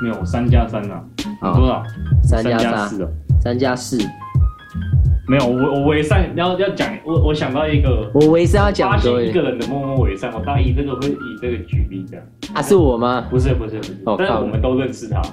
没有3+3啊，多少？3+4哦 ，3+4。 没有，我为善要讲，我想到一个， 我为善要讲发现一个人的默默为善，我当然以这个举例这样。 啊，是我吗？ 不是，但是我们都认识他，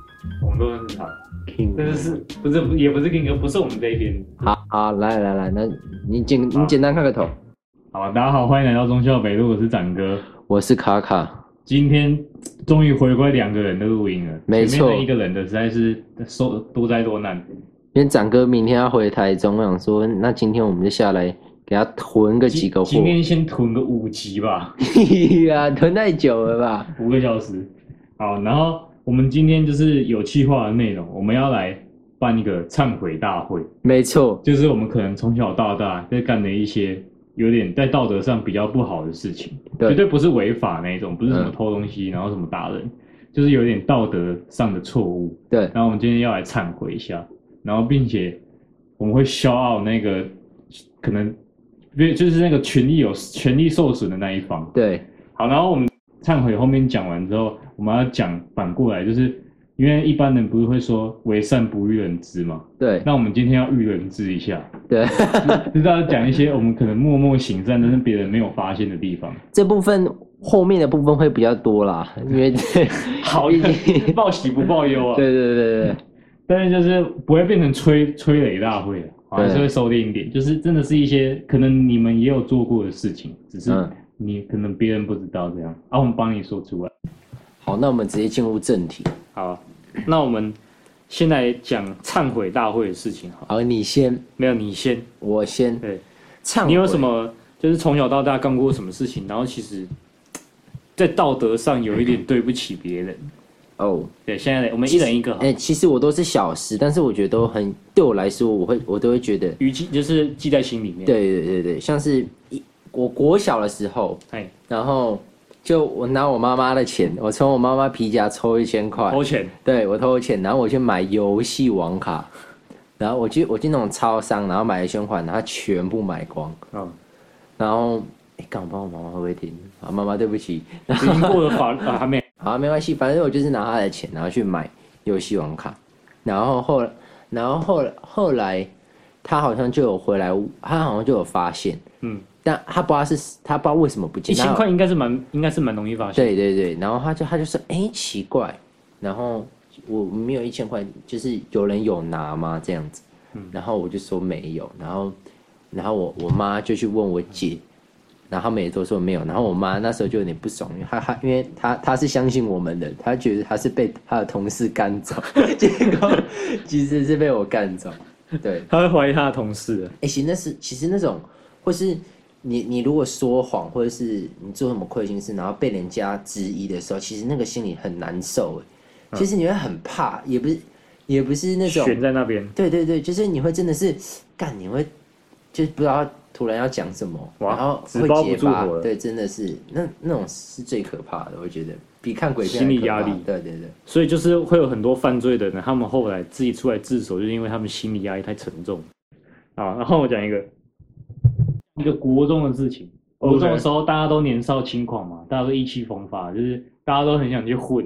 King， 但是也不是 King 哥，不是我们这一边。 好，来，那你简单看个头。 好，大家好，欢迎来到中校北路，我是展哥， 我是卡卡。 今天终于回归2个人的录音了， 没错， 前面那一个人的实在是多灾多难。 因为展哥明天要回台中，我想说，那今天我们就下来给他囤个几个货。 今天先囤个5集吧。 呀，囤太久了吧 ？5个小时。好，然后我们今天就是有企划的内容，我们要来办一个忏悔大会。 没错， 就是我们可能从小到大在干的一些有点在道德上比较不好的事情，绝对不是违法那一种，不是什么偷东西，然后什么打人，就是有点道德上的错误。 对， 然后我们今天要来忏悔一下。然后，并且我们会shout out那个可能就是那个权利受损的那一方。 对， 好，然后我们忏悔后面讲完之后，我们要讲反过来，就是因为一般人不是会说为善不欲人知嘛？ 对。 那我们今天要欲人知一下。 对， 就是要讲一些我们可能默默行善，但是别人没有发现的地方。 这部分后面的部分会比较多啦，因为好一点，报喜不报忧啊。 对。 但是就是不会变成催泪大会了，还是会收敛一点。就是真的是一些可能你们也有做过的事情，只是你可能别人不知道这样啊，我们帮你说出来。 好，那我们直接进入正题。 好，那我们先来讲忏悔大会的事情。 好，你先。 没有，你先。 我先。 对， 忏悔。 你有什么就是从小到大干过什么事情，然后其实在道德上有一点对不起别人？哦，对，现在我们一人一个。 其实我都是小事，但是我觉得都很对我来说，我都会觉得语气就是记在心里面。 对，像是我国小的时候，然后就我拿我妈妈的钱，我从我妈妈皮夹抽1000块， 偷钱。对， 我偷钱，然后我去买游戏王卡，然后我去那种超商，然后买1000块，然后全部买光。然后刚好帮我妈妈会不会听？好，妈妈对不起， 已经过了法还没。 好，没关系，反正我就是拿他的钱，然后去买游戏王卡，然后后来他好像就有回来，他好像就有发现，但他不知道为什么不见。 1000块应该是蛮容易发现。 对，然后他就说，奇怪，然后我没有1000块，就是有人有拿吗？这样子，然后我就说没有，然后我妈就去问我姐。然后他们也都说没有，然后我妈那时候就有点不爽，因为她是相信我们的，她觉得她是被她的同事干走，结果其实是被我干走。对， 她会怀疑她的同事。 其实那种，或是你如果说谎，或者是你做什么亏心事，然后被人家质疑的时候，其实那个心里很难受。其实你会很怕，也不是那种悬在那边。 对，就是你会真的是你会就是不知道。突然要讲什么，然后会结巴，对，真的是那种是最可怕的，我觉得比看鬼片心理压力， 对， 所以就是会有很多犯罪的人，他们后来自己出来自首，就是因为他们心理压力太沉重。好，然后我讲一个国中的事情。国中的时候，大家都年少轻狂嘛，大家都意气风发，就是大家都很想去混，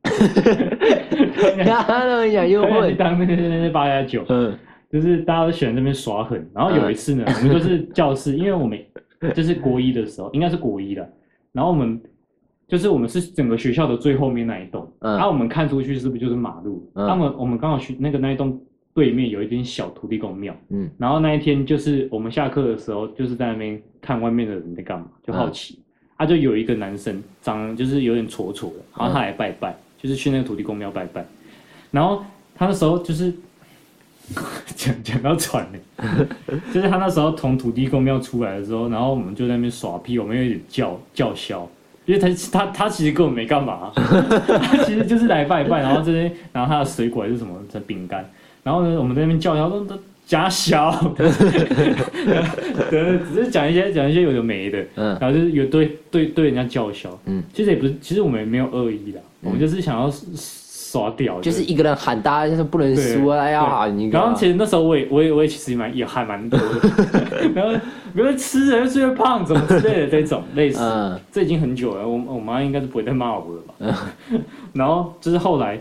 大家都很想去混， 当那8+9，就是大家都喜欢这边耍狠，然后有一次呢，我们就是教室，因为我们就是国一的时候，应该是国一的，然后我们是整个学校的最后面那一栋，我们看出去是不是就是马路？我们刚好去那一栋对面有一间小土地公庙，然后那一天就是我们下课的时候，就是在那边看外面的人在干嘛，就好奇，就有一个男生长得就是有点矬矬的，然后他来拜拜，就是去那个土地公庙拜拜，然后他那时候就是。讲到喘呢，就是他那时候从土地公庙出来的时候，然后我们就在那边耍屁，我们有点叫嚣，因为他其实根本没干嘛，他其实就是来拜拜，然后这边然后他的水果还是什么的饼干，然后呢我们在那边叫嚣说假小，对，只是讲一些有的没的，然后就是有对人家叫嚣，其实也不是，其实我们也没有恶意的，我们就是想要。耍屌就是一个人喊，大家就是不能输啊，要喊你。 然后其实那时候我也其实也喊蛮多的，然后比如说吃人就会胖，怎么之类的这种类似，这已经很久了，我妈应该是不会再骂我了吧？然后就是后来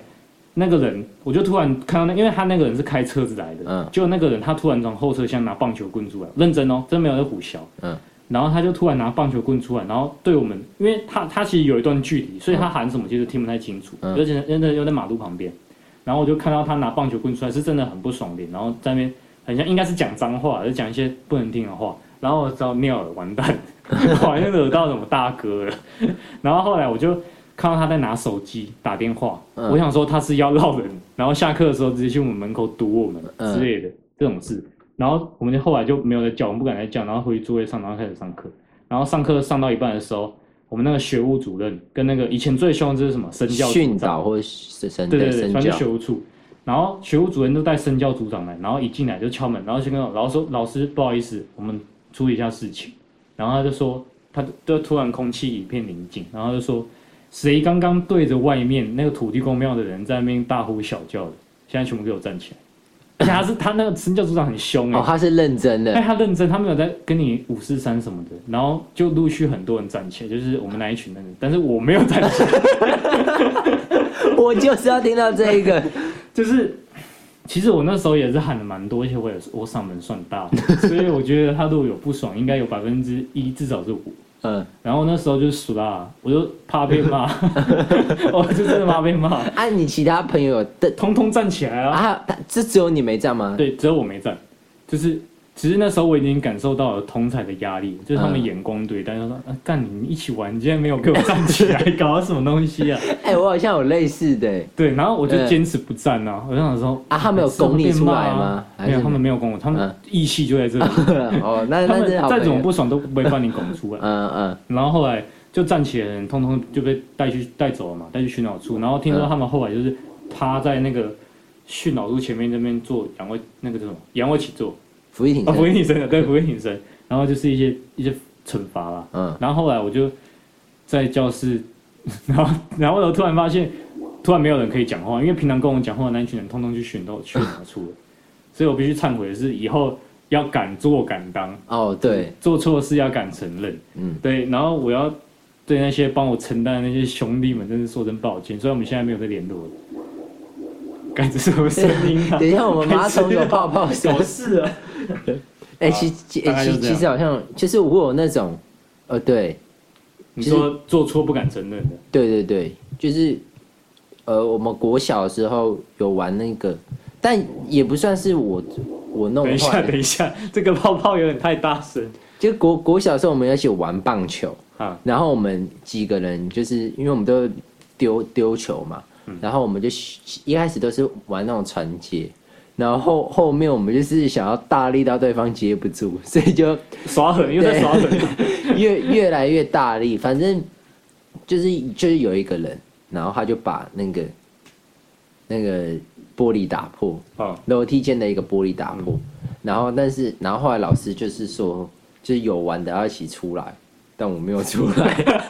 那个人，我就突然看到因为他那个人是开车子来的，结果那个人他突然从后车厢拿棒球棍出来，认真哦，真没有在唬小，然后他就突然拿棒球棍出来，然后对我们，因为他其实有一段距离，所以他喊什么其实听不太清楚，而且又在马路旁边，然后我就看到他拿棒球棍出来，是真的很不爽脸，然后在那边很像应该是讲脏话，就讲一些不能听的话，然后我知道尿了，完蛋，好像惹到什么大哥了，然后后来我就看到他在拿手机打电话，我想说他是要绕人，然后下课的时候直接去我们门口堵我们之类的这种事。然后我们后来就没有再叫，我们不敢再叫，然后回去座位上，然后开始上课。然后上课上到一半的时候，我们那个学务主任跟那个以前最凶的就是什么身教组长训导或是对，反正学务处。然后学务主任都带身教组长来，然后一进来就敲门，然后就跟老师说：“老师，不好意思，我们处理一下事情。”然后他就说，他就突然空气一片宁静，然后就说：“谁刚刚对着外面那个土地公庙的人在那边大呼小叫的？现在全部给我站起来！”而且他那个身教组长很凶他是认真的， 他认真，他没有在跟你5、4、3什么的，然后就陆续很多人站起来，就是我们那一群人，但是我没有站起来， 我就是要听到这一个， 就是其实我那时候也是喊了蛮多，而且我嗓门算大，所以我觉得他如果有不爽，应该有1%，至少是我。然后那时候就输啦，我就怕被骂，我就真的怕被骂。 你其他朋友通通站起来啊！ 这只有你没站吗？ 对，只有我没站。就是其实那时候我已经感受到了同侪的压力，就是他们眼光对待，就说干你一起玩，你竟然没有给我站起来，搞什么东西啊？ 我好像有类似的。对， 然后我就坚持不站啊，我就想说他们有攻你出来吗？ 没有，他们没有攻我，他们义气就在这里。 那他们再怎么不爽都不会把你拱出来。然后后来就站起来的人，通通就被带走了嘛，带去训导处。然后听说他们后来就是趴在那个训导处前面那边做仰卧起坐。 俯卧挺身的，对，俯卧挺身，然后就是一些惩罚啦。然后后来我就在教室，然后我突然发现，突然没有人可以讲话，因为平常跟我讲话的那一群人，通通去训导处了，所以我必须忏悔的是，以后要敢做敢当。 对， 做错事要敢承认。对，然后我要对那些帮我承担的那些兄弟们，真是说声抱歉。虽然我们现在没有在联络了。这是什么声音啊？ 等一下，我们马桶有泡泡声。 有事啊！ 其实好像就是我有那种，对， 你说做错不敢承认的。 对，就是我们国小的时候有玩那个，但也不算是我弄坏。 等一下，这个泡泡有点太大声。 就国小的时候，我们一起玩棒球，然后我们几个人就是因为我们都丢球嘛。然后我们就一开始都是玩那种传接，然后后面我们就是想要大力到对方接不住，所以就耍狠，又在耍狠， 越来越大力。反正就是有一个人，然后他就把那个玻璃打破，楼梯间的一个玻璃打破。然后后来老师就是说，就是有玩的要一起出来，但我没有出来。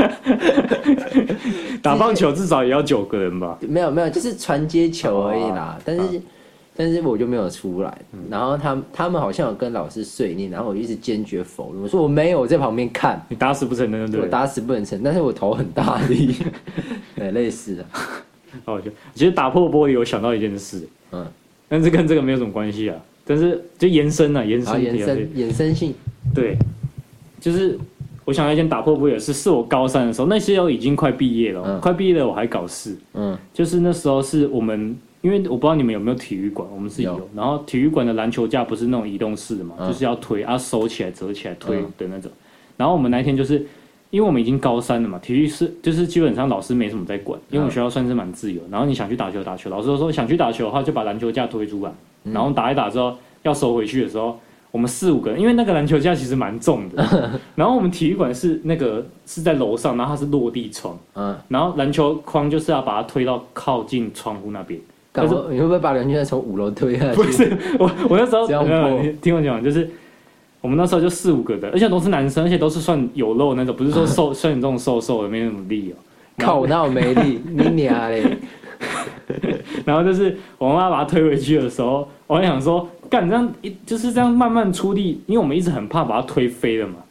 打棒球至少也要9个人吧？ 没有，就是传接球而已啦。但是我就没有出来。然后他们好像有跟老师碎念，然后我一直坚决否认，我说我没有，我在旁边看。 你打死不承认，对不对？ 我打死不能承认，但是我头很大力。对，类似的。 其实打破玻璃，我想到一件事，但是跟这个没有什么关系啊。但是就延伸性，对，就是。我想到一件打破玻璃的事，是我高3的时候，那时候已经快毕业了，快毕业了我还搞事。就是那时候是我们，因为我不知道你们有没有体育馆，我们是有。然后体育馆的篮球架不是那种移动式的嘛，就是要推，收起来、折起来推的那种。然后我们那一天就是，因为我们已经高3了嘛，体育是就是基本上老师没什么在管，因为我们学校算是蛮自由。然后你想去打球，老师都说想去打球的话，就把篮球架推出来，然后打一打之后要收回去的时候。我们4、5个人，因为那个篮球架其实蛮重的，然后我们体育馆是在楼上，然后它是落地窗，然后篮球框就是要把它推到靠近窗户那边。 可是你会不会把篮球架从5楼推下去？ 不是，我那时候听我讲，就是我们那时候就4、5个的，而且都是男生，而且都是算有肉那种，不是说像你这种瘦的没那么力哦。 靠，我哪有没力？你娘嘞！ 然后就是我妈把它推回去的时候，我还想说，干这样就是这样慢慢出力，因为我们一直很怕把它推飞了嘛。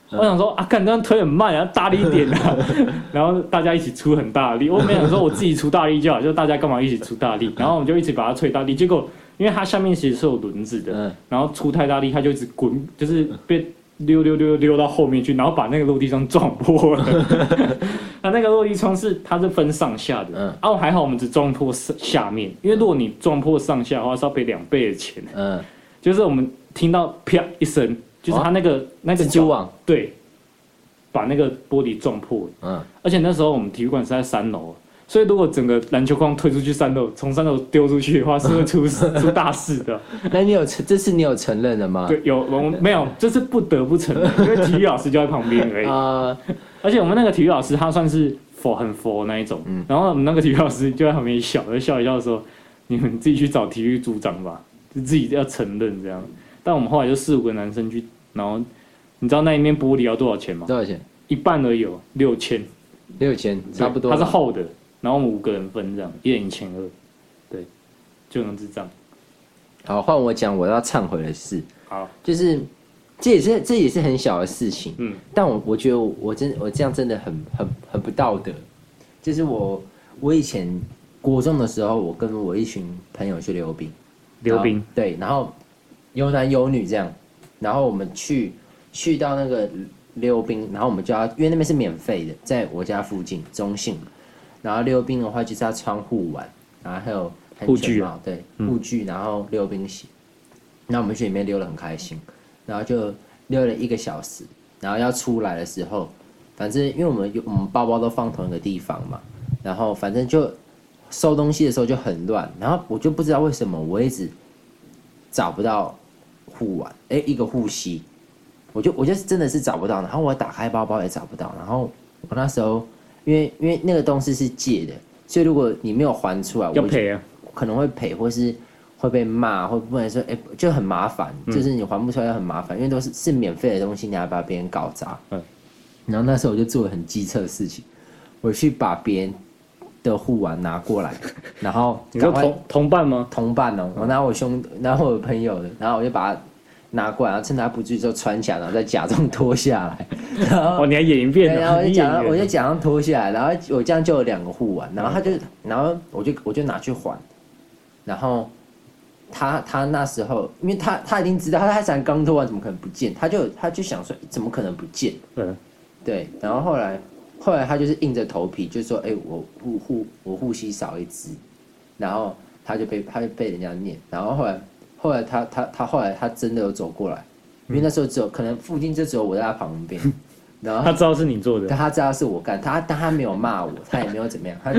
我想说啊，干这样推很慢啊，大力一点啊，然后大家一起出很大力，我没想说我自己出大力就好，就大家干嘛一起出大力，然后我们就一起把它吹大力，结果因为它下面其实是有轮子的，然后出太大力，它就一直滚，就是被溜到后面去，然后把那个落地窗撞破了。它那个落地窗它是分上下的，我还好我们只撞破下面，因为如果你撞破上下的话是要赔2倍的钱。就是我们听到啪一声。就是他那个蜘蛛网， 对，把那个玻璃撞破了。而且那时候我们体育馆是在3楼，所以如果整个篮球框推出去3楼，从3楼丢出去的话，是会出大事的。 那这次你有承认了吗？ 对，没有，这是不得不承认，因为体育老师就在旁边而已。而且我们那个体育老师他算是很佛那一种，然后我们那个体育老师就在旁边笑一笑说：“你们自己去找体育组长吧，就自己要承认这样。”但我们后来就4、5个男生去。然后，你知道那一面玻璃要多少钱吗？ 多少钱？ 一半而已，6000。 6000，差不多。 它是厚的，然后我们5个人分这样，一人1200，对，就能智障。 好，换我讲我要忏悔的事。 好， 就是这也是很小的事情，但我觉得我这样真的很不道德。就是我以前国中的时候，我跟我一群朋友去溜冰，对，然后有男有女这样。然后我们去到那个溜冰，然后我们就要，因为那边是免费的，在我家附近中信。然后溜冰的话就是要穿护腕，然后还有护具帽，对，护具，然后溜冰鞋。那我们去里面溜得很开心，然后就溜了1个小时。然后要出来的时候，反正因为我们包包都放同一个地方嘛，然后反正就收东西的时候就很乱，然后我就不知道为什么我一直找不到。护腕，一个护膝，我就真的是找不到，然后我打开包包也找不到，然后我那时候因为那个东西是借的，所以如果你没有还出来， 要赔啊， 可能会赔，或是会被骂，或不能说就很麻烦，就是你还不出来很麻烦，因为都是免费的东西，你还把别人搞砸。然后那时候我就做了很机车的事情，我去把别人的护腕拿过来，然后你说同伴吗？ 同伴哦，我拿我的朋友的，然后我就把它拿过来，然后趁他不注意之后穿起来，然后再假装脱下来。然后你还演一遍， 然后我就假装脱下来，然后我这样就有2个护腕，然后我就拿去还，然后他那时候，因为他已经知道他才刚脱完，怎么可能不见？他就想说，怎么可能不见？对，然后后来他就是硬着头皮，就说：“我护膝少1只。”然后他就被人家念，然后后来他真的有走过来，因为那时候可能附近就只有我在他旁边，然后他知道是你做的， 但他知道是我干，但他没有骂我，他也没有怎么样，他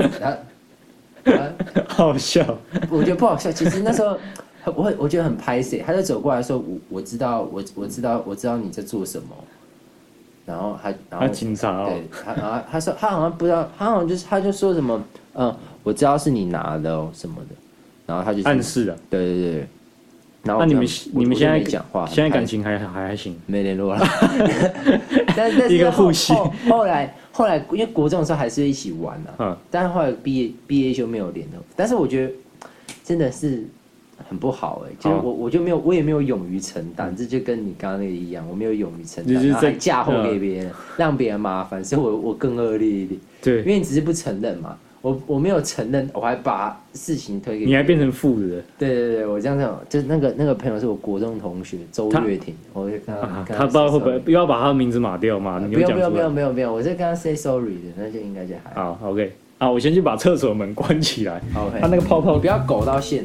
好笑， 我觉得不好笑。其实那时候我觉得很拍摄，他就走过来说：“我知道你在做什么。”然后他警察对，然后他说他好像不知道，他就说什么我知道是你拿的哦什么的，然后他就暗示啊， 对。然后那你们现在讲话， 现在感情还行， 没联络了。但是一个护膝。 后来因为国中的时候还是一起玩啊，但是后来毕业就没有联络。但是我觉得真的是很不好就是我也没有勇于承担，这就跟你刚刚那个一样，我没有勇于承担，然后还嫁祸给别人，让别人麻烦，所以我更恶劣一点。 对， 因为你只是不承认嘛，我没有承认，我还把事情推给你，还变成负的。 对，我这样讲，就是那个朋友是我国中同学周月婷，我就跟他不知道会不会又要把他的名字码掉吗？ 不用，我是跟他 say sorry 的，那就应该就还好。OK， 我先去把厕所门关起来。 OK， 他那个泡泡不要狗到线。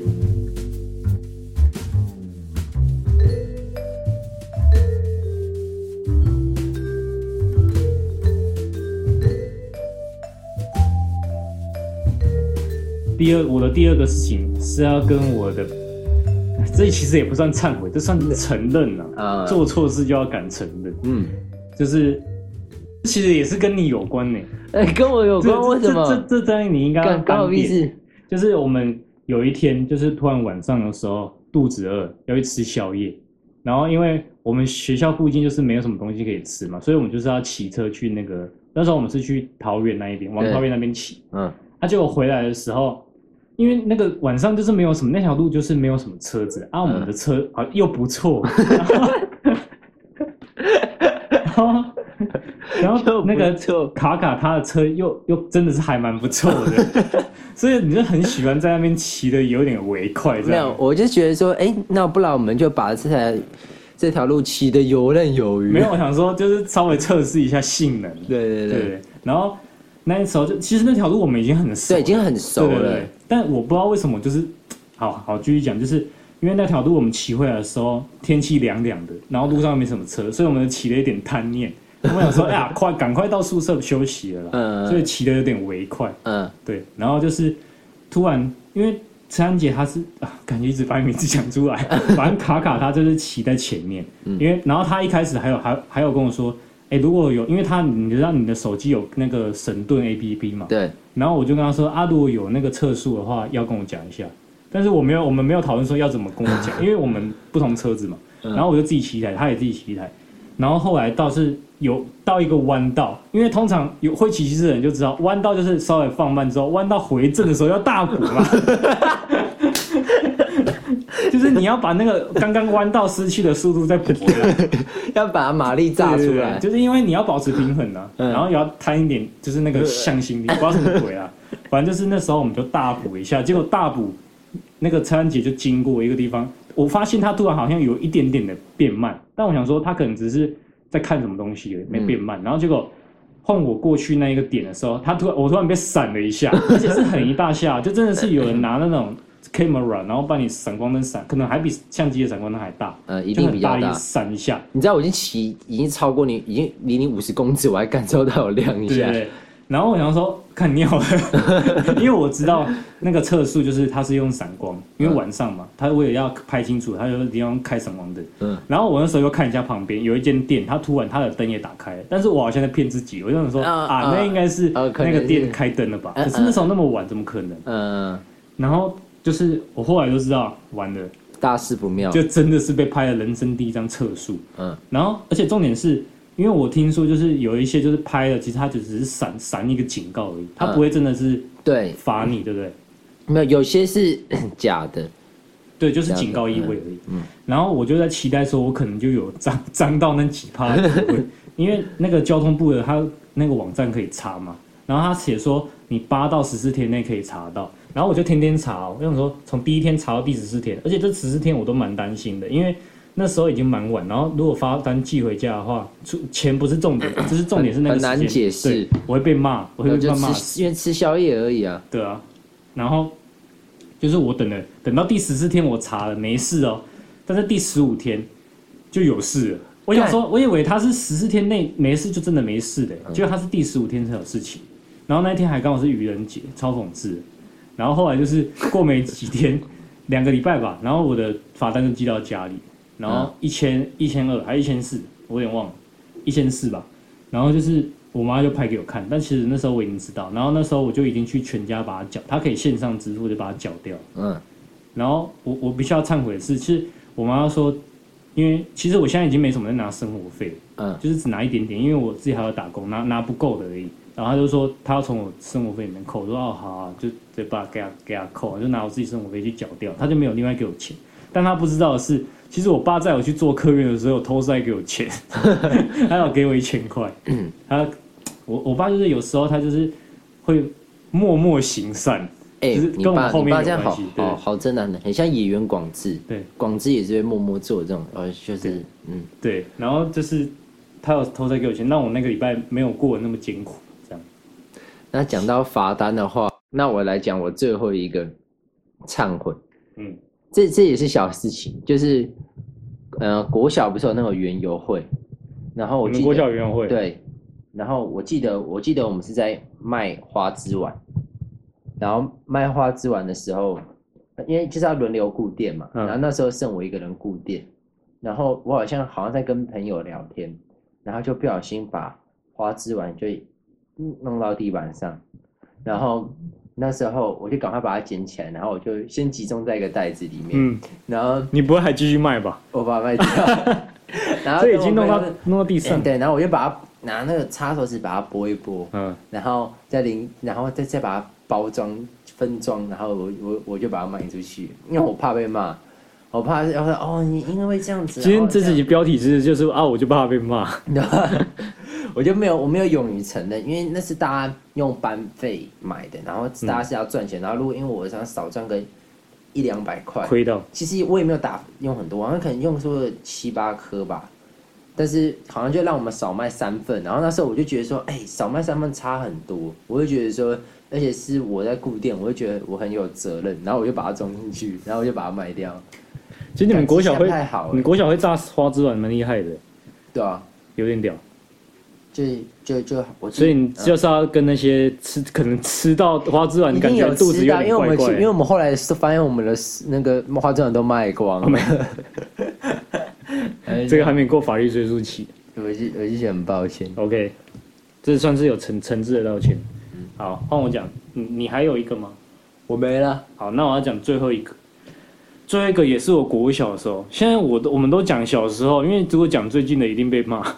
我的第二个事情是要跟我的，这其实也不算忏悔，这算承认啊。做错事就要敢承认。就是其实也是跟你有关呢。 跟我有关？为什么？ 这在你应该干我屁事。 就是我们有一天，就是突然晚上的时候肚子饿，要去吃宵夜。然后因为我们学校附近就是没有什么东西可以吃嘛，所以我们就是要骑车去那个。那时候我们是去桃园那一边，往桃园那边骑。结果回来的时候。因为那个晚上就是没有什么，那条路就是没有什么车子我们的车又不错， 然后那个卡卡他的车又真的是还蛮不错的，所以你就很喜欢在那边骑的有点微快这样。 没有，我就觉得说，那不然我们就把这条路骑得游刃有余。 没有，我想说就是稍微测试一下性能。对。然后那时候其实那条路我们已经很熟了， 对，已经很熟了。 对。但我不知道为什么，就是好继续讲，就是因为那条路我们骑回来的时候天气凉凉的，然后路上没什么车，所以我们骑了一点贪念。我们想说，赶快到宿舍休息了啦，所以骑得有点微快。对。然后就是突然，因为陈安杰他是感觉一直把你名字讲出来，反正卡卡他就是骑在前面，因为然后他一开始还有跟我说，如果有，因为你知道你的手机有那个神盾 APP 嘛， 对。 然后我就跟他说如果有那个测速的话，要跟我讲一下。但是我们没有讨论说要怎么跟我讲，因为我们不同车子嘛。然后我就自己骑一台，他也自己骑一台。然后后来有到一个弯道，因为通常会骑机车的人就知道，弯道就是稍微放慢之后，弯道回正的时候要大补嘛。就是你要把那个刚刚弯道失去的速度再补回来， 要把马力炸出来。 对，就是因为你要保持平衡啊，然后也要贪一点，就是那个向心力，不知道什么鬼啊。反正就是那时候我们就大补一下，结果大补那个陈安杰就经过一个地方，我发现他突然好像有一点点的变慢，但我想说他可能只是在看什么东西而已，没变慢。然后结果换我过去那一个点的时候，我突然被闪了一下，而且是很一大下，就真的是有人拿那种 camera， 然后把你闪光灯闪，可能还比相机的闪光灯还大， 一定比较大， 闪一下。 你知道我已经超过你，已经离你50公尺，我还感受到有亮一下。 对。然后我想说看尿了，因为我知道那个测速就是它是用闪光，因为晚上嘛，他为了要拍清楚，他有地方开闪光灯。然后我那时候又看一下旁边有一间店，他突然他的灯也打开了，但是我好像在骗自己，我就想说那应该是那个店开灯了吧？可是那时候那么晚，怎么可能？然后就是我后来就知道完了， 大事不妙， 就真的是被拍了人生第一张测速。然后而且重点是。因为我听说，就是有一些就是拍了，其实他就只是闪一个警告而已，他不会真的是罚你，对不对？ 没有，有些是假的， 对，就是警告意味而已。然后我就在期待说，我可能就有脏到那几%的机会，因为那个交通部的他那个网站可以查嘛，然后他写说你8到14天内可以查到，然后我就天天查，我想说从第1天查到第14天，而且这14天我都蛮担心的，因为。那时候已经蛮晚，然后如果罚单寄回家的话，钱不是重点，就是重点是那个时间很难解释， 我会被骂，我会被骂因为吃宵夜而已啊。 对啊，然后就是我等到第14天我查了没事哦，但是第15天就有事了。我想说，我以为他是14天内没事就真的没事的，结果他是第15天才有事情。然后那天还刚好是愚人节，超讽刺的。然后后来就是过没几天，2个礼拜吧，然后我的罚单就寄到家里。然后1200还1400，我有点忘了，1400吧。然后就是我妈就拍给我看，但其实那时候我已经知道。然后那时候我就已经去全家把它缴，它可以线上支付，就把它缴掉。然后我必须要忏悔的是，其实我妈说，因为其实我现在已经没什么在拿生活费，就是只拿一点点，因为我自己还要打工，拿不够的而已。然后他就说他要从我生活费里面扣，我说好啊，就对吧？给他扣，就拿我自己生活费去缴掉，他就没有另外给我钱。但他不知道的是，其实我爸在我去做客运的时候偷塞给我钱，他有给我1000块。我爸就是有时候他就是会默默行善，就是跟我后面有关系。 好真男人，很像野原广志。对，广志也是会默默做这种，就是对。然后就是他有偷塞给我钱，让我那个礼拜没有过得那么艰苦，这样。 那讲到罚单的话，那我来讲我最后一个忏悔。这也是小事情，就是国小不是有那个园游会，然后我记得国小园游会对，然后我记得我们是在卖花枝丸，然后卖花枝丸的时候，因为就是要轮流顾店嘛，然后那时候剩我一个人顾店，然后我好像在跟朋友聊天，然后就不小心把花枝丸就弄到地板上，然后。那时候我就赶快把它捡起来，然后我就先集中在一个袋子里面。然后你不会还继续卖吧？ 我把它卖掉，然后这已经弄到地上。 对，然后我就把它拿那个插头纸把它拨一拨，然后再把它包装分装，然后我就把它卖出去，因为我怕被骂。 我怕要说哦，你因为这样子。 今天这集标题就是啊，我就怕被骂。 我没有勇于承认，因为那是大家用班费买的，然后大家是要赚钱，然后如果因为我想少赚个100-200块， 亏到。 其实我也没有用很多，我好像可能用说7-8颗吧，但是好像就让我们少卖3份，然后那时候我就觉得说，少卖3份差很多，我就觉得说，而且是我在顾店，我就觉得我很有责任，然后我就把它装进去，然后我就把它卖掉。 其实你们国小会，你国小会炸花枝丸，蛮厉害的。 对啊， 有点屌。 所以你就是要跟那些可能吃到花枝丸，感觉肚子有点怪怪。 因为我们后来发现我们的那个花枝丸都卖光了。 这个还没过法律追诉期。 我就觉得很抱歉。 OK， 这算是有诚挚的道歉。好，换我讲。你还有一个吗？ 我没了。 好，那我要讲最后一个。最后一个也是我国小的时候。现在我们都讲小时候，因为如果讲最近的一定被骂。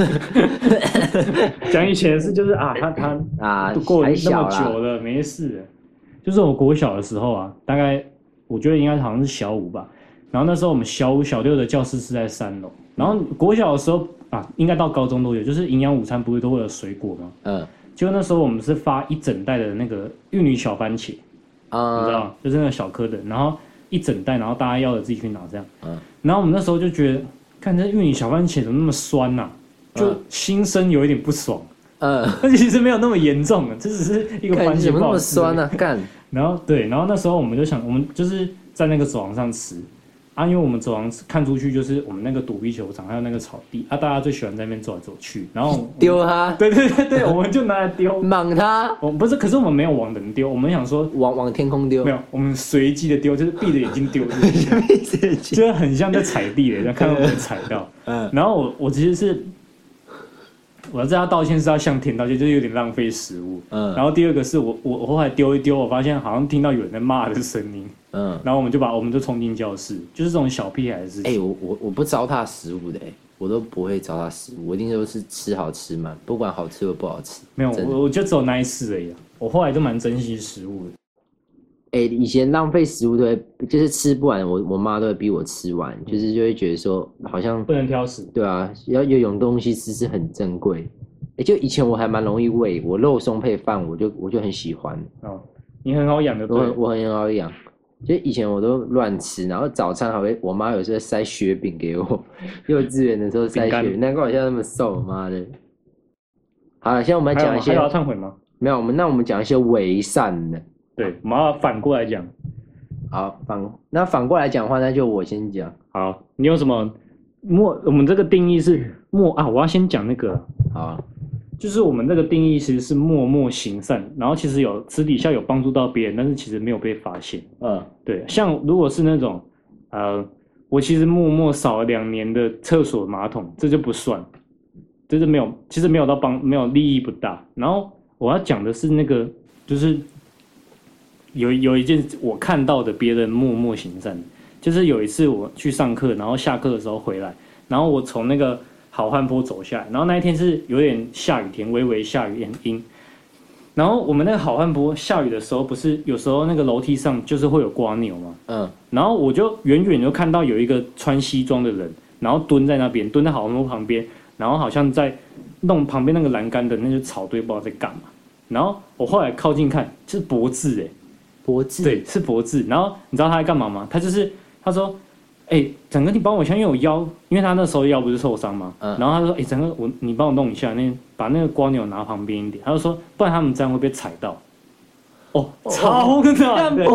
讲以前的事就是他过了那么久了，没事。就是我国小的时候啊，大概我觉得应该好像是小5吧。然后那时候我们小5、小6的教室是在3楼。然后国小的时候应该到高中都有，就是营养午餐不是都会有水果吗？结果那时候我们是发一整袋的那个芋泥小番茄，你知道吗？就是那个小颗的，然后一整袋，然后大家要的自己去拿这样。然后我们那时候就觉得，看这芋泥小番茄怎么那么酸啊，就心生有一点不爽。但其实没有那么严重的，这只是一个番茄怎么那么酸啊？干。 然后那时候我们就想，我们就是在那个走廊上吃。因为我们走廊看出去就是我们那个躲避球场，还有那个草地大家最喜欢在那边走来走去，然后丢它， 对，我们就拿来丢， 莽它。 不是，可是我们没有往人丢，我们想说往天空丢， 没有，我们随机的丢，就是闭着眼睛丢，就是很像在踩地的，看到会踩到。然后我其实是。我要对他道歉是要向田道歉，就是有点浪费食物。然后第二个是我后来丢一丢，我发现好像听到有人在骂的声音。然后我们就冲进教室，就是这种小屁孩的事情。 我不糟蹋食物的，我都不会糟蹋食物，我一定都是吃好吃满，不管好吃或不好吃。 没有，我就只有那一次而已。我后来都蛮珍惜食物的。 以前浪费食物都会，就是吃不完，我妈都会逼我吃完，就会觉得说好像不能挑食。 对啊，要有东西吃是很珍贵。就以前我还蛮容易喂，我肉松配饭我就很喜欢。 你很好养的， 我很好养。就以前我都乱吃，然后早餐还会，我妈有时候塞雪饼给我，幼稚园的时候塞雪饼，难怪我现在那么瘦，妈的。好了，现在我们来讲一些。 还要忏悔吗？ 没有，我们讲一些伪善的。 对，我们要反过来讲。 好，反过来讲的话，那就我先讲。 好，你有什么我们这个定义是我要先讲那个。 好， 就是我们这个定义其实是默默行善，然后其实私底下有帮助到别人，但是其实没有被发现。对，像如果是那种我其实默默扫了2年的厕所马桶，这就不算，就是其实没有利益不大。然后我要讲的是那个就是。有一件我看到的别人默默行善，就是有一次我去上课，然后下课的时候回来，然后我从那个好汉坡走下来，然后那一天是有点下雨天，微微下雨阴。然后我们那个好汉坡下雨的时候，不是有时候那个楼梯上就是会有瓜牛嘛，然后我就远远就看到有一个穿西装的人，然后蹲在好汉坡旁边，然后好像在弄旁边那个栏杆的那些草堆，不知道在干嘛。然后我后来靠近看，是博智博智对，是博智。然后你知道他在干嘛吗？他说，整个你帮我一下，因为我腰，因为他那时候腰不是受伤吗？然后他说，整个你帮我弄一下，把那个瓜牛拿旁边一点。他就说，不然他们这样会被踩到。超难的，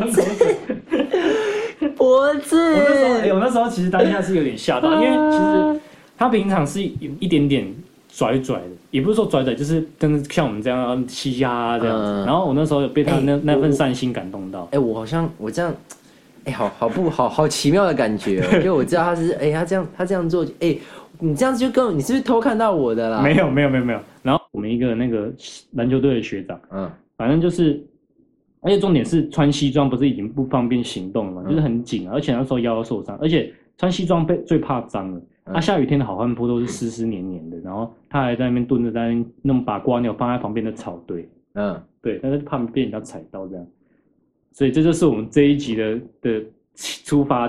博智。 我那时候其实当下是有点吓到，因为其实他平常是有一点点。拽拽的，也不是说拽拽，就是真的像我们这样嘻哈这样子。然后我那时候有被他那份善心感动到。 我这样，好奇妙的感觉哦。就我知道他是，他这样做，你这样子就你是不是偷看到我的啦？ 没有。然后我们一个那个篮球队的学长，反正就是，而且重点是穿西装不是已经不方便行动了嘛，就是很紧，而且那时候腰受伤，而且穿西装最怕脏了。下雨天的好汉坡都是湿黏黏的，然后他还在那边蹲着，在那边把瓜牛放在旁边的草堆。对，但是怕被人家踩到这样，所以这就是我们这一集的出发点。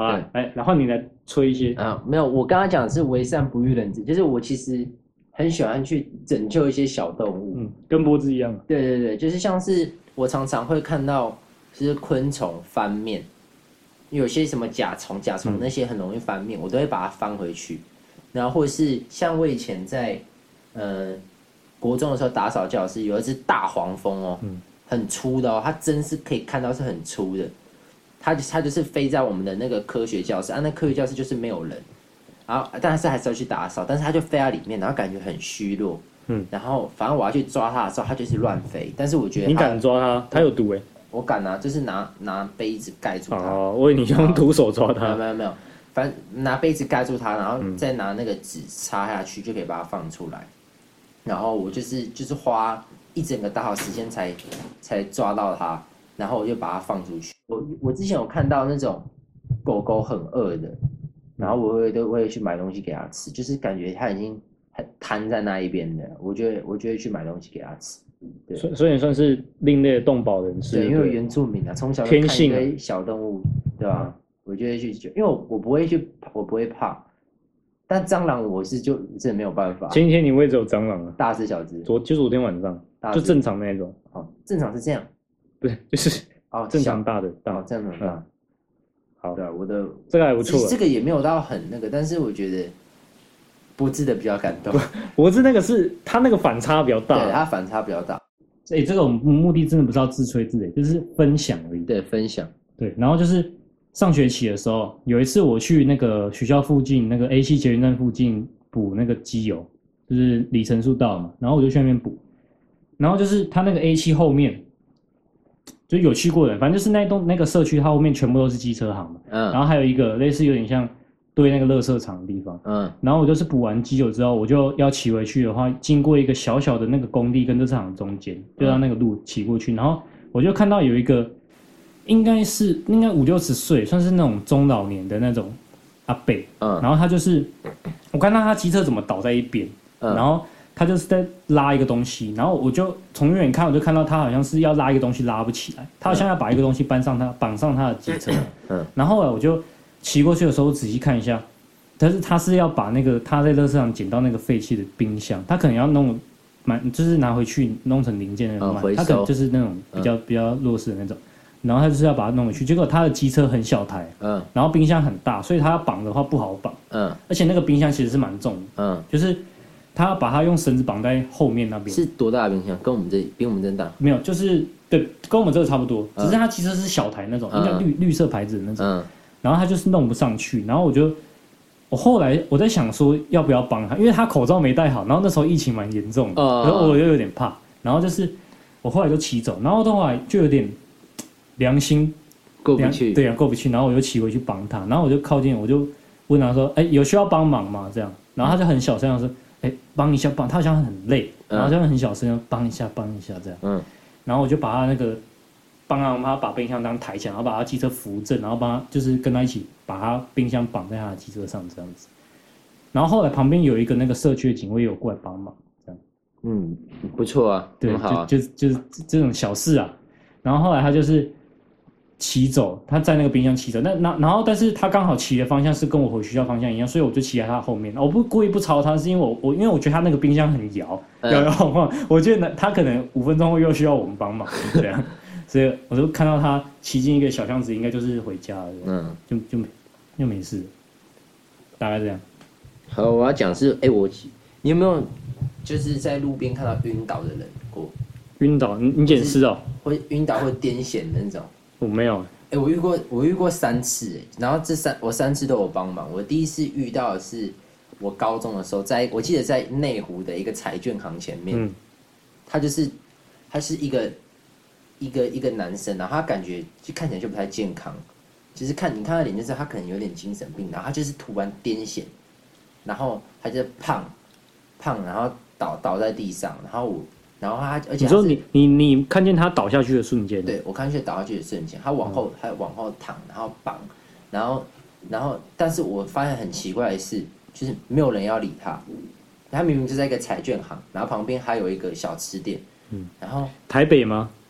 好啊，来，然后你来吹一些啊，没有，我刚刚讲的是为善不欲人知，就是我其实很喜欢去拯救一些小动物， 跟波子一样。 对对对，就是像是我常常会看到，就是昆虫翻面，有些什么甲虫那些很容易翻面，我都会把它翻回去，然后或者是像我以前在国中的时候打扫教室，有一只大黄蜂哦，很粗的哦，它真是可以看到是很粗的。它就是飞在我们的那个科学教室啊，那科学教室就是没有人，然后但是还是要去打扫，但是它就飞在里面，然后感觉很虚弱，然后反正我要去抓它的时候，它就是乱飞，但是我觉得你敢抓它？它有毒哎， 我敢啊，就是拿杯子盖住它。 哦，我以为你用徒手抓它。 没有，反正拿杯子盖住它，然后再拿那个纸插下去，就可以把它放出来。然后我就是花一整个打扫时间才抓到它。然后我就把它放出去。我之前有看到那种狗狗很饿的，然后我会去买东西给它吃，就是感觉它已经很瘫在那一边的，我就会去买东西给它吃。对， 所以算是另类的动保人士。 对，因为原住民啊，从小就看一堆小动物，对吧？我就会去，因为我不会怕，但蟑螂我是就真的没有办法。 前几天你位置有蟑螂啊？ 大只小只？ 就昨天晚上，就正常那种。 哦，正常是这样。 不是，就是正常大的大， 正常大。 好， 对，我的这个还不错。 这个也没有到很那个，但是我觉得柏芝的比较感动。 柏芝那个是他那个反差比较大， 对，他反差比较大。 这个我们目的真的不是要自吹自擂，就是分享而已。 对，分享。 对，然后就是上学期的时候，有一次我去那个学校附近那个 A7 捷运站附近补那个机油，就是里程数到了嘛，然后我就去那边补，然后就是他那个 A7 后面。就有去过的人，反正就是那个社区，它后面全部都是机车行嘛，然后还有一个类似有点像堆那个垃圾场的地方，然后我就是补完机油之后，我就要骑回去的话，经过一个小小的那个工地跟垃圾场中间，就让那个路骑过去，然后我就看到有一个应该50-60岁，算是那种中老年的那种阿伯，然后他就是我看到他机车怎么倒在一边，然后。他就是在拉一个东西，然后我就从远看，我就看到他好像是要拉一个东西拉不起来，他好像要把一个东西绑上他的机车。然后后来我就骑过去的时候仔细看一下，他是要把那个他在垃圾场捡到那个废弃的冰箱，他可能要弄就是拿回去弄成零件那种卖，他可能就是那种比较弱势的那种，然后他就是要把它弄回去，结果他的机车很小台，然后冰箱很大，所以他要绑的话不好绑，而且那个冰箱其实是蛮重的，就是。他要把它用绳子绑在后面那边。 是多大的冰箱？跟我们比我们这大？ 没有，就是对，跟我们这个差不多。只是它其实是小台那种，应该绿色牌子的那种。然后他就是弄不上去，然后我后来我在想说要不要帮他，因为他口罩没戴好，然后那时候疫情蛮严重的，然后我又有点怕，然后就是我后来就骑走，然后后来就有点良心过不去， 对啊，过不去，然后我就骑回去帮他，然后我就靠近，我就问他说：“哎，有需要帮忙吗？”这样，然后他就很小声的说。帮一下，他好像很累，然后就很小声，帮一下这样。然后我就把他那个帮他把冰箱当抬起来，然后把他机车扶正，然后帮他就是跟他一起把他冰箱绑在他的机车上这样子。然后后来旁边有一个那个社区的警卫有过来帮忙，这样。 不错啊， 对， 很好啊， 就是这种小事啊。然后后来他就是骑走，他在那个冰箱骑走，然后但是他刚好骑的方向是跟我回学校方向一样，所以我就骑在他后面。我不故意不超他，是因为因为我觉得他那个冰箱很摇晃，我觉得他可能5分钟后又需要我们帮忙，这样，所以我就看到他骑进一个小巷子，应该就是回家了，就没事，大概这样。 好，我要讲是，你有没有就是在路边看到晕倒的人过？ 晕倒，你捡尸哦？ 会晕倒或癫痫的那种？ 我没有。 我遇过3次，然后我3次都有帮忙。我第一次遇到的是我高中的时候，我记得在内湖的一个彩券行前面，他是一个男生，然后他感觉就看起来就不太健康，就是你看他脸就知道他可能有点精神病，然后他就是突然癫痫，然后他就胖，然后倒在地上，然后他，而且你说你看见他倒下去的瞬间， 对，我看见倒下去的瞬间，他往后躺，然后绑，然后，但是我发现很奇怪的是，就是没有人要理他，他明明就在一个彩券行，然后旁边还有一个小吃店，然后台北吗？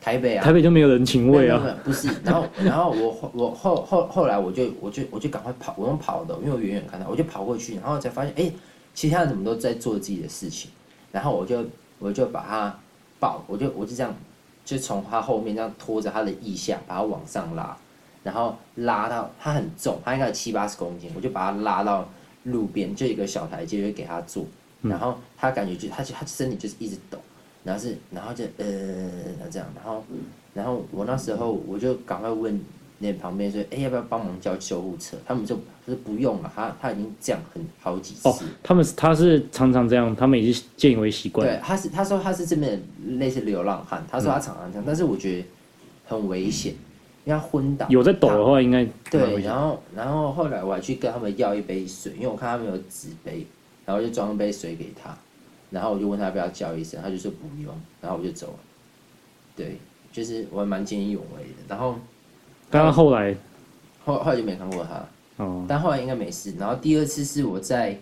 台北啊， 台北就没有人情味啊。 不是，然后我后来我就赶快跑，我用跑的，因为我远远看到，我就跑过去，然后才发现，哎，其他人怎么都在做自己的事情，然后我就把他抱，我就这样，就从他后面这样拖着他的腋下，把他往上拉，然后拉到他很重，他应该有70-80公斤，我就把他拉到路边，就一个小台阶，就给他坐，然后他感觉他身体就是一直抖。然后就这样，然后我那时候我就赶快问那旁边说，哎，要不要帮忙叫救护车？他们就是不用了，他已经这样好几次。 哦，他是常常这样，他们已经见为习惯。 对，他说他是这边的类似流浪汉，他说他常常这样，但是我觉得很危险，因为他昏倒。 有在抖的话，应该对。然后后来我还去跟他们要一杯水，因为我看他们有纸杯，然后就装一杯水给他。然后我就问他要不要叫一声，他就说不用，然后我就走了。对，就是我还蛮见义勇为的。然后， 但后来就没看过他。 哦。 但后来应该没事。然后第二次是我在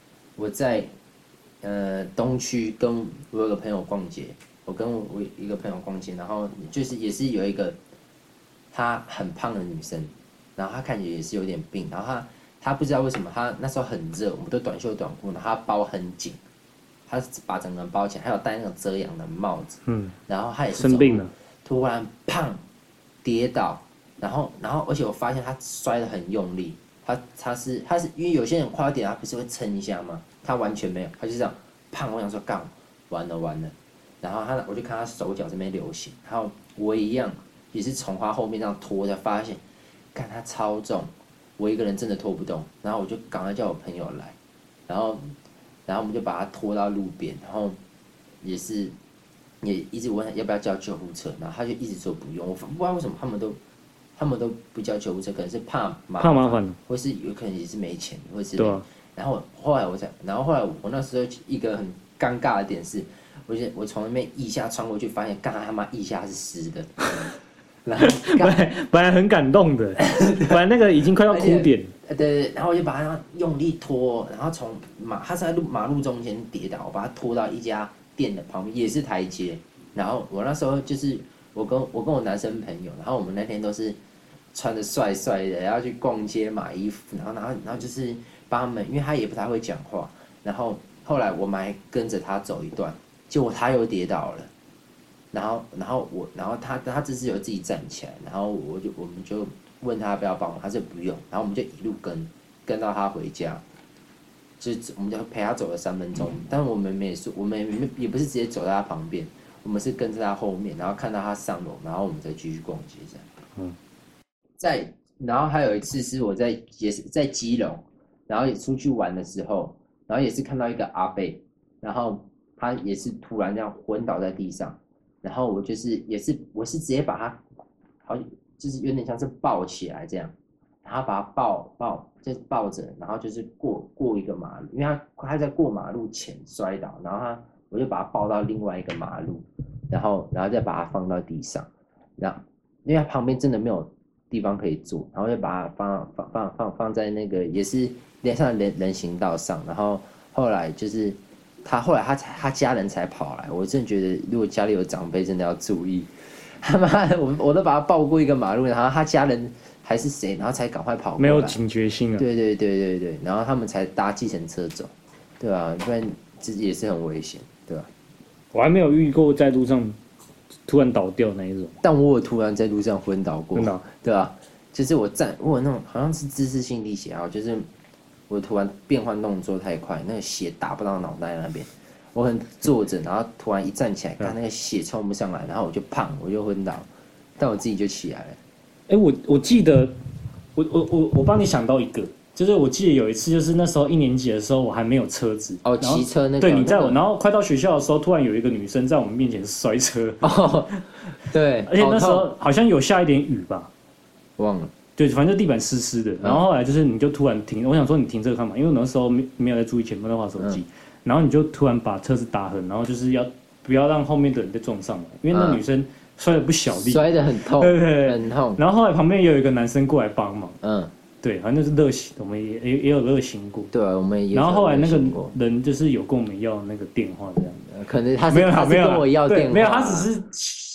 东区跟我有个朋友逛街，我跟我一个朋友逛街，然后就是也是有一个她很胖的女生，然后她看起来也是有点病，然后她不知道为什么她那时候很热，我们都短袖短裤，然后她包很紧。他把整个人包起来，还有戴那种遮阳的帽子，然后他也是生病了， 突然砰跌倒，然后而且我发现他摔得很用力，他是因为有些人快要跌，他不是会撑一下吗？他完全没有，他就这样砰，我想说干完了，然后我就看他手脚这边流血，然后我一样也是从他后面这样拖，才发现，看他超重，我一个人真的拖不动，然后我就赶快叫我朋友来，然后我们就把他拖到路边，然后也一直问他要不要叫救护车，然后他就一直说不用。我不知道为什么他们都不叫救护车，可能是怕麻烦，或是有可能也是没钱，或是对、啊。然后后来我那时候一个很尴尬的点是，我从那边腋下穿过去，发现干他妈腋下是湿的。然后本来很感动的，本来那个已经快要哭点。 对，然后我就把他用力拖，然后他是在马路中间跌倒，我把他拖到一家店的旁边，也是台阶。然后我那时候就是我跟我男生朋友，然后我们那天都是穿的帅帅的，然后去逛街买衣服，然后就是帮他们，因为他也不太会讲话。然后后来我们还跟着他走一段，结果他又跌倒了。然后他这次有自己站起来，然后我们就问他要不要帮忙，他说不用，然后我们就一路跟到他回家，就是我们就陪他走了3分钟，但是我们也不是直接走在他旁边，我们是跟在他后面，然后看到他上楼，然后我们再继续逛街这样。然后还有一次是也是在基隆，然后也出去玩的时候，然后也是看到一个阿伯，然后他也是突然这样昏倒在地上。然后我是直接把他，好就是有点像是抱起来这样，然后把他就是抱着，然后就是过一个马路，因为他在过马路前摔倒，然后我就把他抱到另外一个马路，然后再把他放到地上，然后因为他旁边真的没有地方可以坐，然后就把他放在那个也是连上人行道上，然后后来就是后来他家人才跑来，我真的觉得如果家里有长辈真的要注意，他妈的我都把他抱过一个马路，然后他家人还是谁，然后才赶快跑过来， 没有警觉性啊。 对，然后他们才搭计程车走，对吧？不然这也是很危险，对吧？ 我还没有遇过在路上突然倒掉那一种， 但我有突然在路上昏倒过，对吧？就是我有那种好像是姿势性力竭啊，就是我突然变换动作太快，那个血打不到脑袋那边，我可能坐着，然后突然一站起来，看那个血冲不上来，然后我就昏倒，但我自己就起来了。 哎，我记得，我帮你想到一个，就是我记得有一次，就是那时候1年级的时候，我还没有车子哦，骑车那个， 对，你在我，然后快到学校的时候，突然有一个女生在我们面前摔车， 哦，对， 而且那时候好像有下一点雨吧， 忘了， 对，反正就地板湿湿的，然后后来就是你就突然停，我想说你停这个干嘛？因为我那时候没有在注意前面在滑手机，然后你就突然把车子打横，然后就是不要让后面的人再撞上来，因为那女生摔得不小力， 摔得很痛， 对， 很痛。 然后后来旁边也有一个男生过来帮忙，对，反正就是热心，我们也有热心过， 对啊，我们也。 然后后来那个人就是有跟我们要那个电话这样的， 可能他是跟我要电话， 没有，他只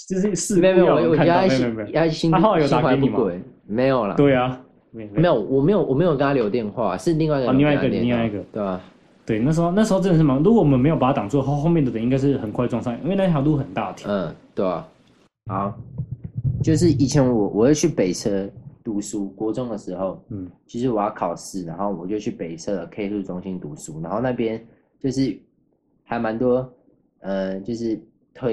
就是事故没有，我看到， 没有，心怀不轨，没有啦。 对啊， 没有，我没有跟他留电话，是另外一个， 另外一个， 对吧？ 对，那时候真的是忙。如果我们没有把它挡住，后面的人应该是很快撞上，因为那条路很大条。 对啊。好，就是以前我会去北车读书，国中的时候，其实我要考试，然后我就去北车的 K 书中心读书，然后那边就是还蛮多，就是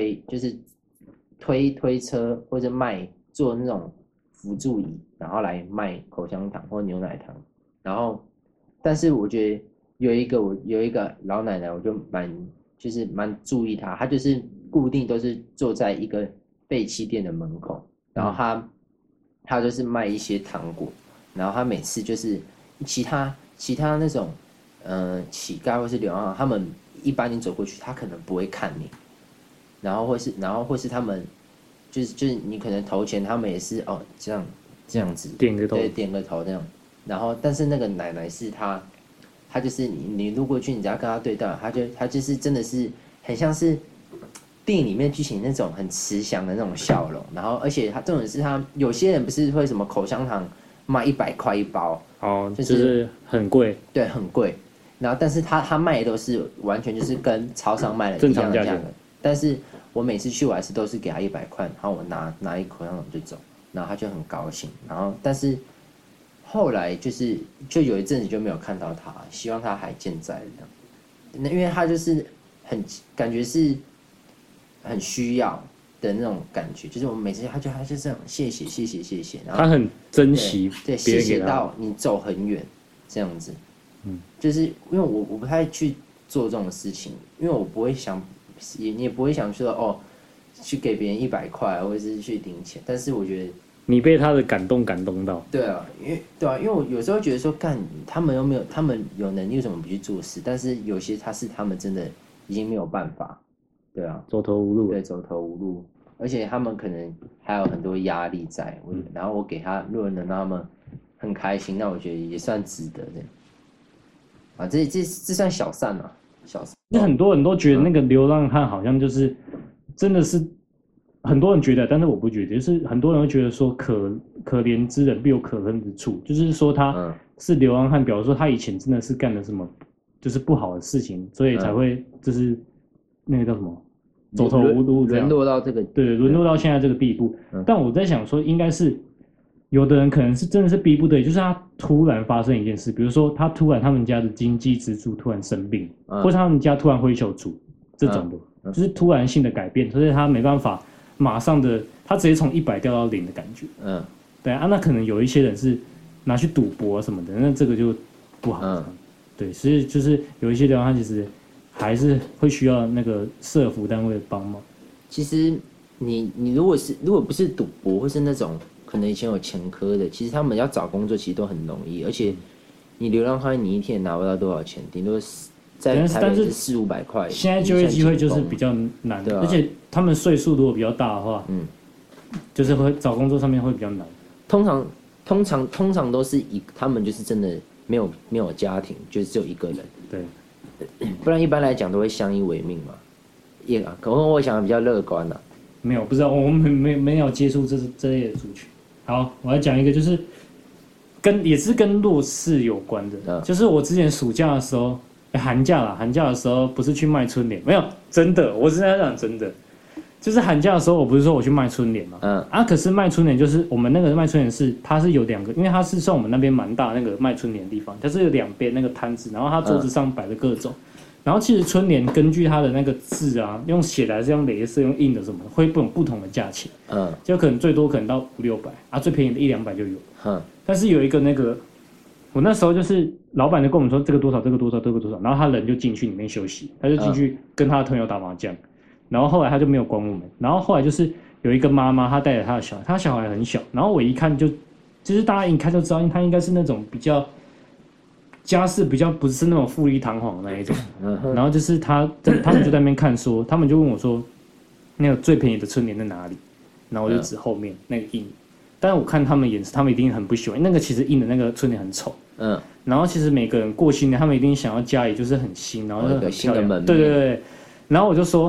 推车或者做那种辅助椅，然后来卖口香糖或牛奶糖，然后，但是我觉得有一个老奶奶，我就蛮注意她，她就是固定都是坐在一个废弃店的门口，然后她就是卖一些糖果，然后她每次就是其他那种乞丐或是流浪汉，他们一般你走过去，他可能不会看你，然后或是他们就是你可能投钱，他们也是这样子点个头， 对，点个头这样，然后但是那个奶奶是她就是你路过去，你只要跟她对到，她就是真的是很像是电影里面剧情那种很慈祥的那种笑容，然后而且她重点是她有些人不是会什么口香糖卖100块一包， 就是很贵， 对，很贵。然后但是她卖的都是完全就是跟超商卖的正常价格， 但是我每次去我还是都是给她100块，然后我拿一口香糖就走，然后她就很高兴，然后但是后来就有一阵子就没有看到她，希望她还健在这样，因为她就是感觉是很需要的那种感觉，就是我们每次她就这样谢谢，然后她很珍惜， 对，谢谢到你走很远这样子，就是因为我不太去做这种事情，因为我不会想，你也不会想说去给别人100块或者是去领钱，但是我觉得你被他的感动到， 对啊，因为我有时候觉得说他们有能力为什么不去做事？但是有些他们真的已经没有办法，对啊， 走投无路， 对，走投无路，而且他们可能还有很多压力在，然后我给他，如果能让他们很开心，那我觉得也算值得的。啊，这算小善啊，小善。 那很多人都觉得那个流浪汉好像就是真的是很多人觉得，但是我不觉得，就是很多人会觉得说可怜之人必有可恨之处，就是说他是流浪汉，表示说他以前真的是干了什么就是不好的事情，所以才会就是那个叫什么走投无路， 沦落到这个沦落到现在这个地步。但我在想说，应该是有的人可能是真的是逼不得已，就是他突然发生一件事，比如说他们家的经济支柱突然生病，或是他们家突然灰球族这种的，就是突然性的改变，所以他没办法马上的，他直接从100掉到0的感觉。对啊，那可能有一些人是拿去赌博什么的，那这个就不好。对，所以就是有一些流浪汉其实还是会需要那个社福单位的帮忙。 其实你如果不是赌博或是那种可能以前有前科的，其实他们要找工作其实都很容易，而且你流浪汉你一天也拿不到多少钱，顶多在台北是400-500块。 现在就业机会就是比较难，而且他们岁数如果比较大的话，就是会找工作上面会比较难。 通常都是他们就是真的没有家庭，就是只有一个人。 对， 不然一般来讲都会相依为命嘛。可能我想的比较乐观啦。 没有，不知道，我们没有接触这类的族群。好，我来讲一个，就是也是跟弱势有关的，就是我之前暑假的时候，寒假的时候不是去卖春联，没有，真的，我是在讲真的，就是寒假的时候，我不是说我去卖春联嘛，可是卖春联就是我们那个卖春联它是有2个，因为它是算我们那边蛮大那个卖春联的地方，它是有2边那个摊子，然后它桌子上摆的各种。然后其实春联根据它的那个字啊，用写的还是用镭射用印的什么，会有不同的价钱。就可能最多可能到500-600啊，最便宜的100-200就有。但是有一个那个，我那时候就是老板就跟我们说这个多少，然后他人就进去里面休息，他就进去跟他的朋友打麻将，然后后来他就没有管我们，然后后来就是有一个妈妈，她带着她的小孩，她小孩很小，然后我一看就是大家一看就知道，因为她应该是那种比较。家世比较不是那种富丽堂皇的那一种，然后就是他们就在那边看说，他们就问我说，那个最便宜的春联在哪里？然后我就指后面那个印，但是我看他们眼神，他们一定很不喜欢，那个其实印的那个春联很丑，然后其实每个人过新年，他们一定想要家里就是很新，然后很漂亮，对，然后我就说，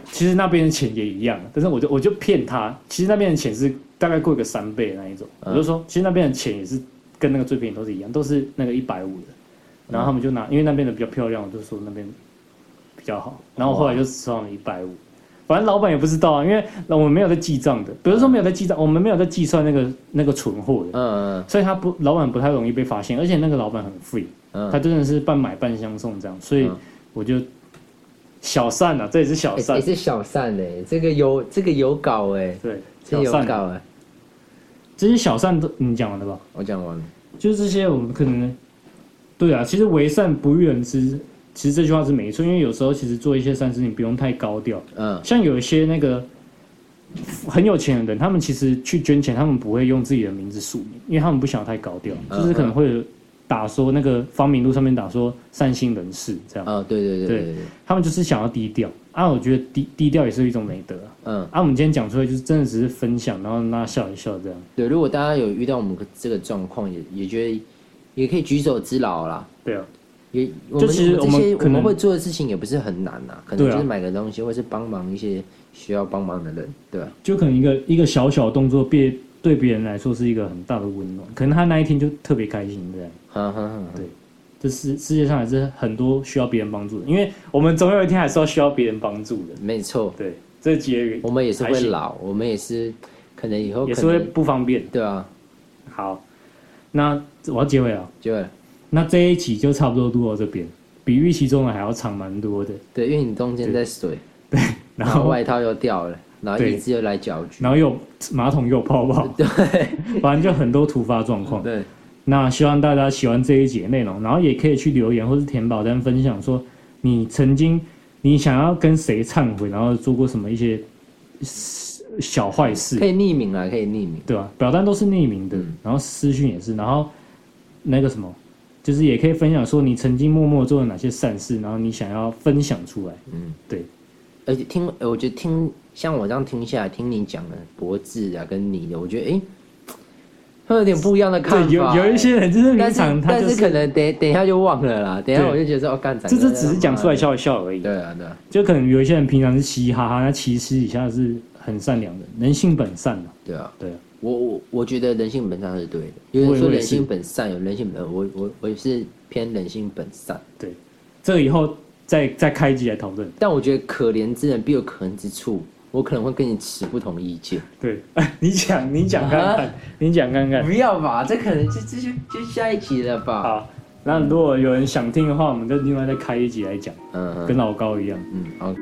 其实那边的钱也一样，但是我就骗他，其实那边的钱是大概贵个3倍的那一种，我就说其实那边的钱也是跟那个最便宜都是一样，都是那个150的，然后他们就拿，因为那边的比较漂亮，我就说那边比较好，然后我后来就收了150。反正老板也不知道啊，因为我们没有在记账的，比如说没有在记账，我们没有在计算那个存货的，所以老板不太容易被发现，而且那个老板很 free，他真的是半买半相送这样，所以我就小善啊，这也是小善， 也是小善哎，这个有搞哎， 对， 这有搞哎， 这些小善都你讲完了吧？ 我讲完了， 就是这些我们可能，对啊，其实为善不欲人知。其实这句话是没错，因为有时候其实做一些善事，你不用太高调。像有一些那个很有钱的人，他们其实去捐钱，他们不会用自己的名字署名，因为他们不想要太高调，就是可能会打说那个芳名录上面打说善心人士这样。对，他们就是想要低调啊。我觉得低调也是一种美德啊。我们今天讲出来就是真的只是分享，然后让大家笑一笑这样。 对，如果大家有遇到我们这个状况，也觉得也可以举手之劳啦。 对啊。 就其实我们会做的事情也不是很难呐，可能就是买个东西，或是帮忙一些需要帮忙的人，对吧？ 就可能一个小小的动作，对别人来说是一个很大的温暖，可能他那一天就特别开心这样。对，这世界上还是很多需要别人帮助的，因为我们总有一天还是要需要别人帮助的。 没错， 对，这结语我们也是会老，我们也是可能以后也是会不方便， 对啊。 好，那我要结尾了， 结尾了。 那这一集就差不多录到这边，比预期中的还要长蛮多的。 对，因为你中间在水， 对， 然后外套又掉了，然后椅子又来搅局， 然后又马桶又有泡泡， 对， 反正就很多突发状况。 对， 那希望大家喜欢这一集的内容，然后也可以去留言或是填保单分享，说你曾经你想要跟谁忏悔，然后做过什么一些小坏事， 可以匿名啊，可以匿名， 对吧？表单都是匿名的，然后私讯也是，然后那个什么。就是也可以分享说你曾经默默做了哪些善事，然后你想要分享出来。对。 而且我觉得像我这样听下来，听你讲的博智啊，跟你的，我觉得会有点不一样的看法。 对，有一些人就是平常他但是可能等一下就忘了啦。等一下我就觉得说干这只是讲出来笑一笑而已。 对啊。 就可能有一些人平常是嘻嘻哈哈，那其实底下是很善良的，人性本善的。 对啊。我觉得人性本善是对的，有人说人性本善，有人性本恶，我也是偏人性本善。 对，这个以后再开一集来讨论。 但我觉得可怜之人必有可恨之处，我可能会跟你持不同意见。 对，你讲看看，你讲看看。 不要吧，这可能就下一集了吧。 好，那如果有人想听的话，我们就另外再开一集来讲。跟老高一样。 好。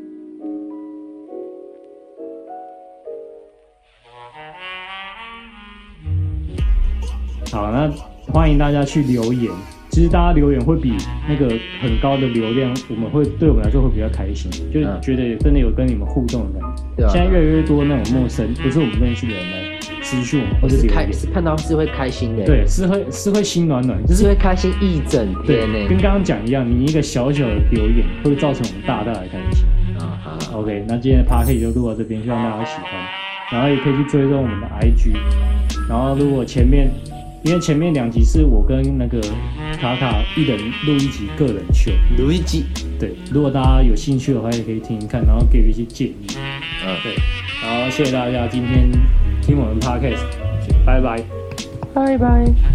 好，那欢迎大家去留言。其实大家留言会比那个很高的流量，对我们来说会比较开心，就觉得真的有跟你们互动的感觉。对啊。现在越来越多那种陌生，不是我们认识的人来私讯我们或者留言， 是看到是会开心的。 对，是会心暖暖，就是会开心一整天呢。 跟刚刚讲一样，你一个小小的留言会造成我们大的开心。好 ，OK， 那今天的 Podcast 就录到这边，希望大家喜欢。然后也可以去追踪我们的 IG。然后如果因为前面2集是我跟那个卡卡一人录一集个人秀， 录一集。 对，如果大家有兴趣的话，也可以听听看，然后给一些建议。对，然后谢谢大家今天听我们 Podcast， 拜拜， 拜拜。